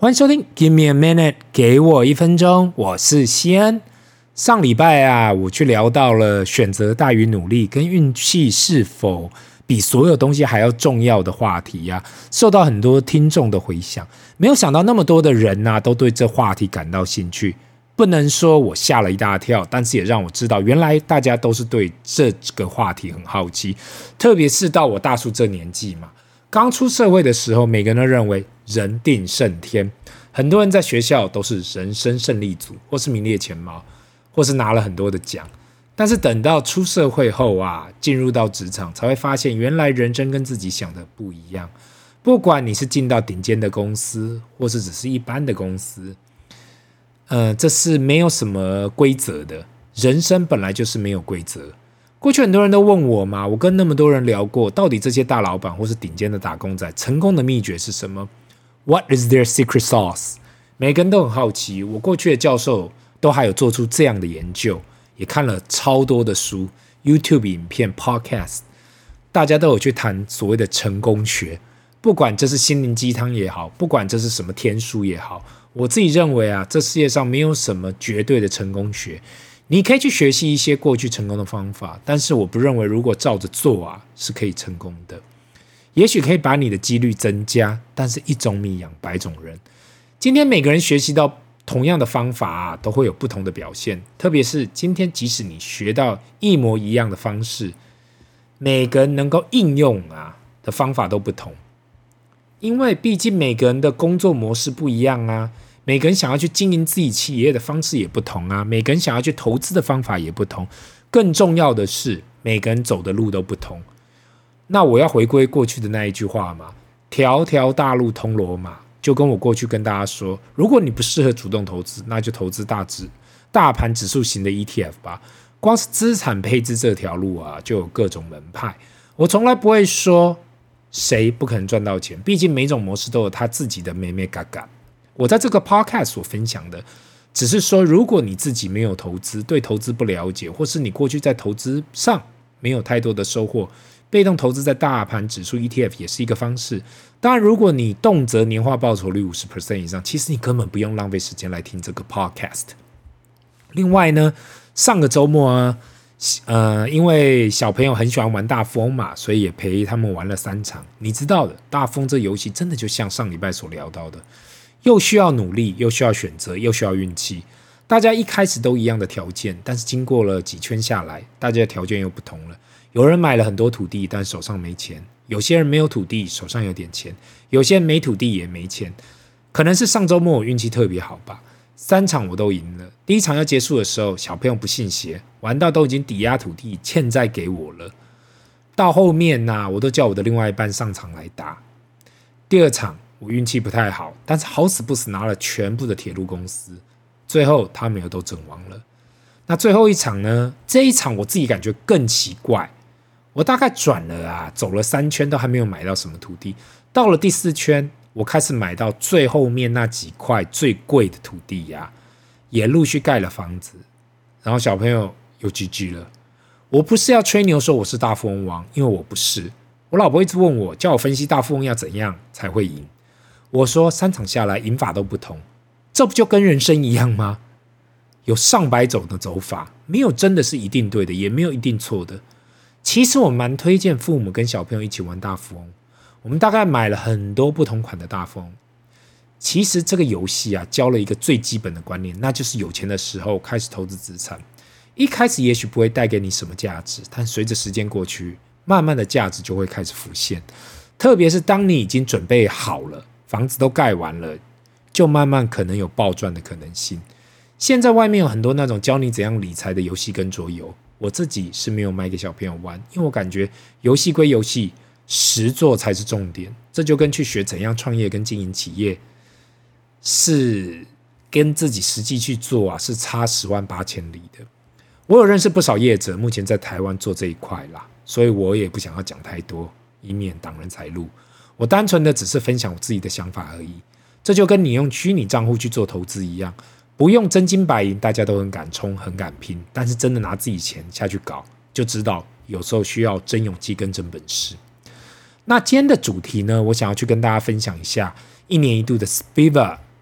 欢迎收听 Give me a minute， 给我1分钟，我是西恩。上礼拜我去聊到了选择大于努力跟运气是否比所有东西还要重要的话题受到很多听众的回响。没有想到那么多的人都对这话题感到兴趣，不能说我吓了一大跳，但是也让我知道原来大家都是对这个话题很好奇，特别是到我大叔这年纪嘛，刚出社会的时候，每个人都认为人定胜天，很多人在学校都是人生胜利组，或是名列前茅，或是拿了很多的奖。但是等到出社会后进入到职场，才会发现原来人生跟自己想的不一样。不管你是进到顶尖的公司，或是只是一般的公司，这是没有什么规则的，人生本来就是没有规则。过去很多人都问我嘛，我跟那么多人聊过，到底这些大老板或是顶尖的打工仔成功的秘诀是什么？ What is their secret sauce？ 每个人都很好奇，我过去的教授都还有做出这样的研究，也看了超多的书 YouTube 影片 Podcast， 大家都有去谈所谓的成功学，不管这是心灵鸡汤也好，不管这是什么天书也好，我自己认为这世界上没有什么绝对的成功学。你可以去学习一些过去成功的方法，但是我不认为如果照着做是可以成功的。也许可以把你的几率增加，但是一种米养百种人。今天每个人学习到同样的方法都会有不同的表现，特别是今天即使你学到一模一样的方式，每个人能够应用的方法都不同，因为毕竟每个人的工作模式不一样每个人想要去经营自己企业的方式也不同每个人想要去投资的方法也不同，更重要的是每个人走的路都不同。那我要回归过去的那一句话嘛，条条大路通罗马，就跟我过去跟大家说，如果你不适合主动投资，那就投资大盘指数型的 ETF 吧。光是资产配置这条路就有各种门派。我从来不会说谁不可能赚到钱，毕竟每种模式都有他自己的美美嘎嘎。我在这个 podcast 所分享的只是说，如果你自己没有投资，对投资不了解，或是你过去在投资上没有太多的收获，被动投资在大盘指数 ETF 也是一个方式。当然如果你动辄年化报酬率 50% 以上，其实你根本不用浪费时间来听这个 podcast。 另外呢，上个周末因为小朋友很喜欢玩大富翁嘛，所以也陪他们玩了3场。你知道的，大富翁这游戏真的就像上礼拜所聊到的，又需要努力，又需要选择，又需要运气。大家一开始都一样的条件，但是经过了几圈下来，大家的条件又不同了。有人买了很多土地，但手上没钱，有些人没有土地，手上有点钱，有些人没土地也没钱。可能是上周末我运气特别好吧，3场我都赢了。第一场要结束的时候，小朋友不信邪，玩到都已经抵押土地欠债给我了。到后面我都叫我的另外一半上场来打。第2场我运气不太好，但是好死不死拿了全部的铁路公司，最后他们也都阵亡了。那最后一场呢，这一场我自己感觉更奇怪，我大概转了走了3圈都还没有买到什么土地，到了第4圈我开始买到最后面那几块最贵的土地也陆续盖了房子，然后小朋友又 GG 了。我不是要吹牛说我是大富翁王，因为我不是。我老婆一直问我，叫我分析大富翁要怎样才会赢，我说3场下来赢法都不同，这不就跟人生一样吗？有上百种的走法，没有真的是一定对的，也没有一定错的。其实我蛮推荐父母跟小朋友一起玩大富翁，我们大概买了很多不同款的大富翁。其实这个游戏教了一个最基本的观念，那就是有钱的时候开始投资资产。一开始也许不会带给你什么价值，但随着时间过去，慢慢的价值就会开始浮现。特别是当你已经准备好了，房子都盖完了，就慢慢可能有暴赚的可能性。现在外面有很多那种教你怎样理财的游戏跟桌游，我自己是没有买给小朋友玩，因为我感觉游戏归游戏，实作才是重点。这就跟去学怎样创业跟经营企业，是跟自己实际去做是差10万8千里的。我有认识不少业者，目前在台湾做这一块啦，所以我也不想要讲太多，以免挡人财路。我单纯的只是分享我自己的想法而已。这就跟你用虚拟账户去做投资一样，不用真金白银，大家都很敢冲很敢拼，但是真的拿自己钱下去搞，就知道有时候需要真勇气跟真本事。那今天的主题呢，我想要去跟大家分享一下1年1度的 SPIVA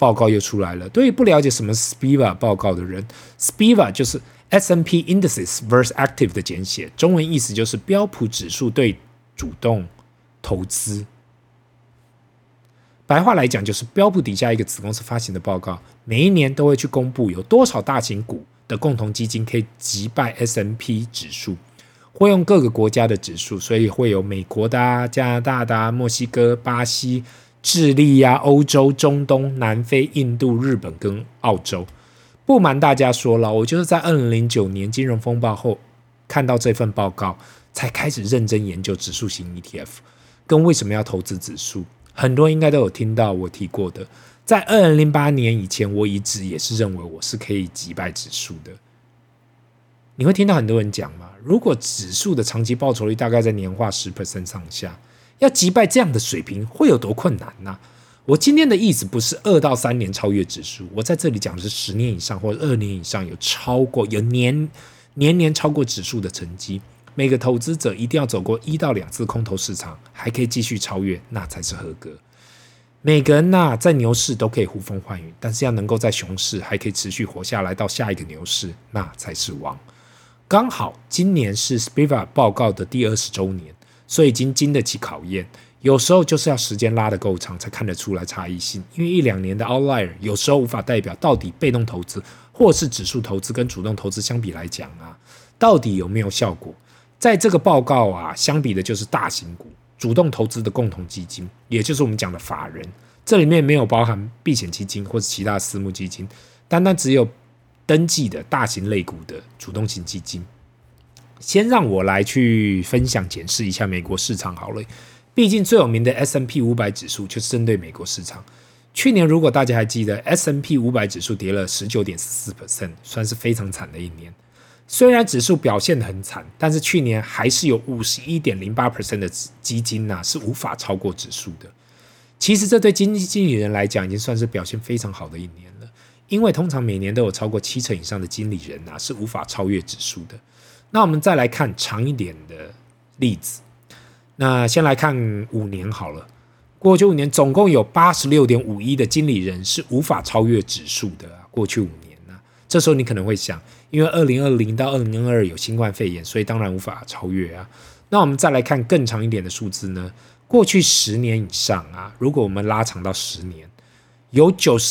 报告又出来了。对于不了解什么 SPIVA 报告的人， SPIVA 就是 S&P Indices vs Active 的简写，中文意思就是标普指数对主动投资。白话来讲，就是标普底下一个子公司发行的报告，每一年都会去公布有多少大型股的共同基金可以击败 S&P 指数，会用各个国家的指数，所以会有美国的加拿大的墨西哥、巴西、智利欧洲、中东、南非、印度、日本跟澳洲。不瞒大家说了，我就是在2009年金融风暴后看到这份报告，才开始认真研究指数型 ETF 跟为什么要投资指数。很多人应该都有听到我提过的，在2008年以前，我一直也是认为我是可以击败指数的。你会听到很多人讲嘛，如果指数的长期报酬率大概在年化 10% 上下，要击败这样的水平会有多困难呢？我今天的意思不是2到3年超越指数，我在这里讲的是10年以上或者2年以上有年年超过指数的成绩。每个投资者一定要走过1到2次空头市场，还可以继续超越，那才是合格。每个人在牛市都可以呼风唤雨，但是要能够在熊市还可以持续活下来到下一个牛市，那才是王。刚好今年是 SPIVA 报告的第20周年，所以已经经得起考验。有时候就是要时间拉得够长才看得出来差异性，因为1-2年的 outlier 有时候无法代表到底被动投资或是指数投资跟主动投资相比来讲到底有没有效果。在这个报告相比的就是大型股、主动投资的共同基金，也就是我们讲的法人，这里面没有包含避险基金或是其他私募基金，单单只有登记的大型类股的主动型基金。先让我来去分享检视一下美国市场好了，毕竟最有名的 S&P 500指数就是针对美国市场。去年如果大家还记得 S&P 500指数跌了 19.44%， 算是非常惨的一年。虽然指数表现得很惨，但是去年还是有 51.08% 的基金是无法超过指数的。其实这对基金经理人来讲已经算是表现非常好的一年了，因为通常每年都有超过70%以上的经理人是无法超越指数的。那我们再来看长一点的例子，那先来看5年好了。过去5年总共有 86.51% 的经理人是无法超越指数的过去5年这时候你可能会想，因为2020到2022有新冠肺炎，所以当然无法超越那我们再来看更长一点的数字呢？过去10年以上如果我们拉长到10年，有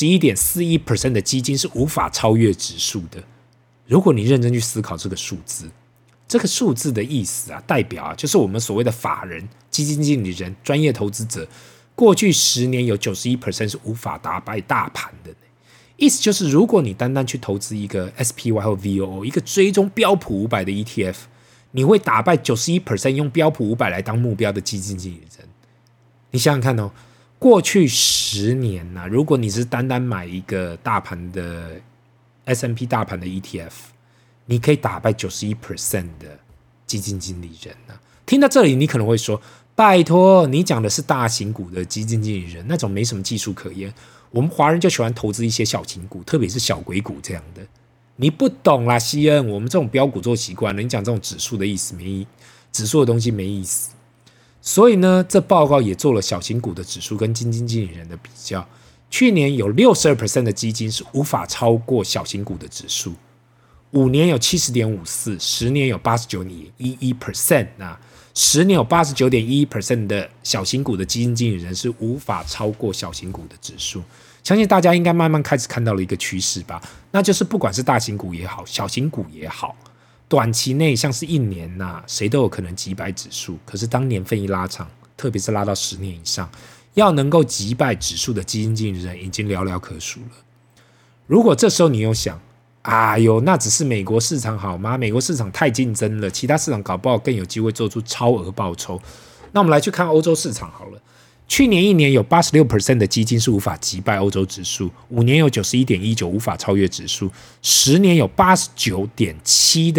91.41% 的基金是无法超越指数的。如果你认真去思考这个数字，这个数字的意思代表就是我们所谓的法人、基金经理人、专业投资者，过去10年有 91% 是无法打败大盘的。意思就是，如果你单单去投资一个 SPY 或 VOO 一个追踪标普500的 ETF， 你会打败 91% 用标普500来当目标的基金经理人。你想想看过去10年如果你是单单买一个大盘的 S&P 大盘的 ETF， 你可以打败 91% 的基金经理人听到这里，你可能会说，拜托，你讲的是大型股的基金经理人，那种没什么技术可言。我们华人就喜欢投资一些小型股，特别是小鬼股这样的。你不懂啦，西恩，我们这种标股做习惯了，你讲这种指数的意思指数的东西没意思。所以呢，这报告也做了小型股的指数跟基金经理人的比较。去年有 62% 的基金是无法超过小型股的指数，5年有 70.54%， 10年有 89.11%， 10年有 89.11% 的小型股的基金经理人是无法超过小型股的指数。相信大家应该慢慢开始看到了一个趋势吧，那就是不管是大型股也好，小型股也好，短期内像是1年谁都有可能击败指数。可是当年份一拉长，特别是拉到10年以上，要能够击败指数的基金经理人已经寥寥可数了。如果这时候你又想，那只是美国市场好吗？美国市场太竞争了，其他市场搞不好更有机会做出超额报酬。那我们来去看欧洲市场好了。去年1年有 86% 的基金是无法击败欧洲指数，5年有 91.19% 无法超越指数，10年有 89.7%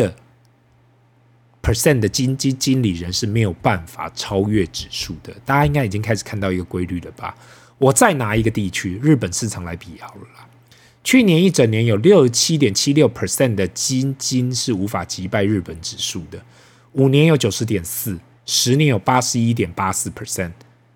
的基金经理人是没有办法超越指数的。大家应该已经开始看到一个规律了吧？我再拿一个地区日本市场来比好了啦。去年一整年有 67.76% 的基金是无法击败日本指数的，5年有 90.4%， 10年有 81.84%。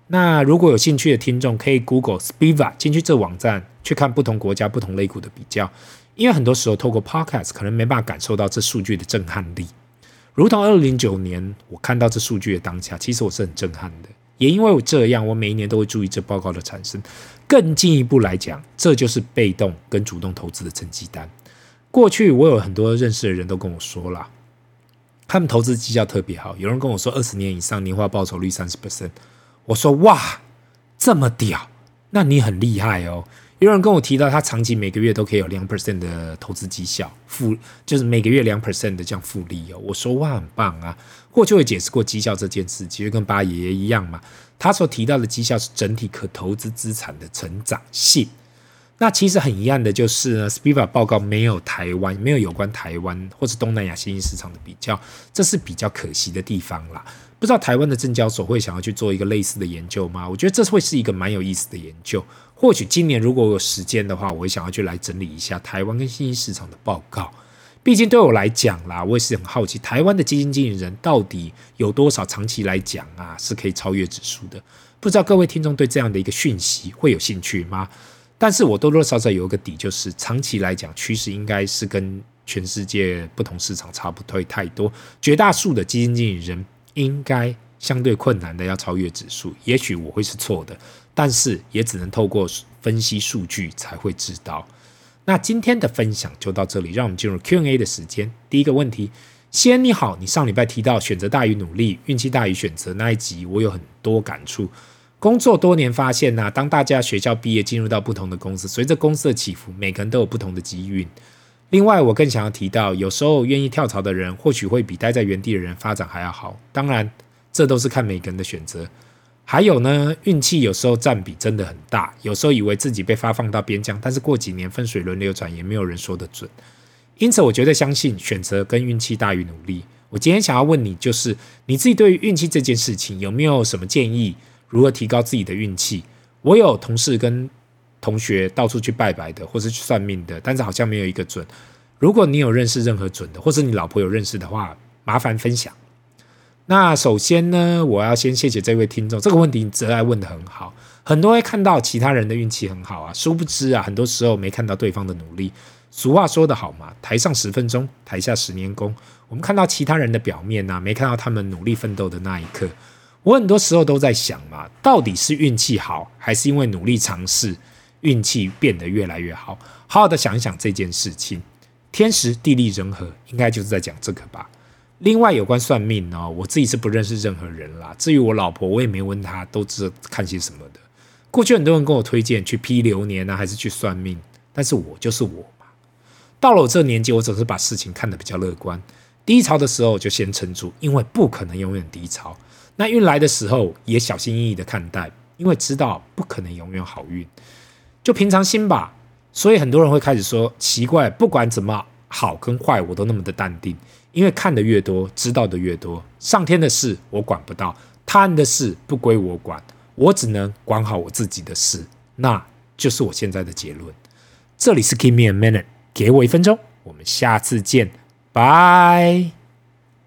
那如果有兴趣的听众，可以 Google Spiva 进去这网站去看不同国家不同类股的比较，因为很多时候透过 Podcast 可能没办法感受到这数据的震撼力。如同2009年我看到这数据的当下，其实我是很震撼的，也因为这样，我每一年都会注意这报告的产生。更进一步来讲，这就是被动跟主动投资的成绩单。过去我有很多认识的人都跟我说啦，他们投资绩效特别好，有人跟我说20年以上年化报酬率 30%， 我说哇这么屌，那你很厉害哦。有人跟我提到他长期每个月都可以有 2% 的投资绩效，就是每个月 2% 的这样复利哦。我说哇很棒啊。过去我也解释过绩效这件事，其实跟巴爷爷一样嘛，他所提到的绩效是整体可投资资产的成长性。那其实很遗憾的就是呢 Spiva 报告没有台湾，没有有关台湾或是东南亚新兴市场的比较，这是比较可惜的地方啦。不知道台湾的证交所会想要去做一个类似的研究吗？我觉得这会是一个蛮有意思的研究。或许今年如果有时间的话，我会想要去来整理一下台湾跟新兴市场的报告。毕竟对我来讲啦，我也是很好奇台湾的基金经理人到底有多少长期来讲啊是可以超越指数的。不知道各位听众对这样的一个讯息会有兴趣吗？但是我多多少少有一个底，就是长期来讲趋势应该是跟全世界不同市场差不会太多，绝大数的基金经理人应该相对困难的要超越指数。也许我会是错的，但是也只能透过分析数据才会知道。那今天的分享就到这里，让我们进入 Q&A 的时间。第一个问题，西恩你好，你上礼拜提到选择大于努力，运气大于选择那一集，我有很多感触。工作多年发现啊，当大家学校毕业进入到不同的公司，随着公司的起伏，每个人都有不同的机运。另外我更想要提到，有时候愿意跳槽的人或许会比待在原地的人发展还要好，当然这都是看每个人的选择。还有呢，运气有时候占比真的很大，有时候以为自己被发放到边疆，但是过几年分水轮流转，也没有人说得准。因此我绝对相信选择跟运气大于努力。我今天想要问你，就是你自己对于运气这件事情有没有什么建议，如何提高自己的运气？我有同事跟同学到处去拜拜的，或是去算命的，但是好像没有一个准。如果你有认识任何准的，或是你老婆有认识的话，麻烦分享。那首先呢，我要先谢谢这位听众，这个问题哲爱问得很好。很多会看到其他人的运气很好啊，殊不知啊，很多时候没看到对方的努力。俗话说得好嘛，台上10分钟，台下10年功。我们看到其他人的表面啊，没看到他们努力奋斗的那一刻。我很多时候都在想嘛，到底是运气好，还是因为努力尝试，运气变得越来越好？好好的想一想这件事情，天时地利人和，应该就是在讲这个吧。另外有关算命呢，我自己是不认识任何人啦。至于我老婆，我也没问她，都知道看些什么的。过去很多人跟我推荐去批流年啊，还是去算命，但是我就是我嘛。到了我这个年纪，我总是把事情看得比较乐观。低潮的时候就先撑住，因为不可能永远低潮。那运来的时候也小心翼翼的看待，因为知道不可能永远好运，就平常心吧。所以很多人会开始说，奇怪，不管怎么好跟坏，我都那么的淡定。因为看得越多，知道的越多，上天的事我管不到，他人的事不归我管，我只能管好我自己的事，那就是我现在的结论。这里是 Give me a minute， 给我1分钟，我们下次见，拜。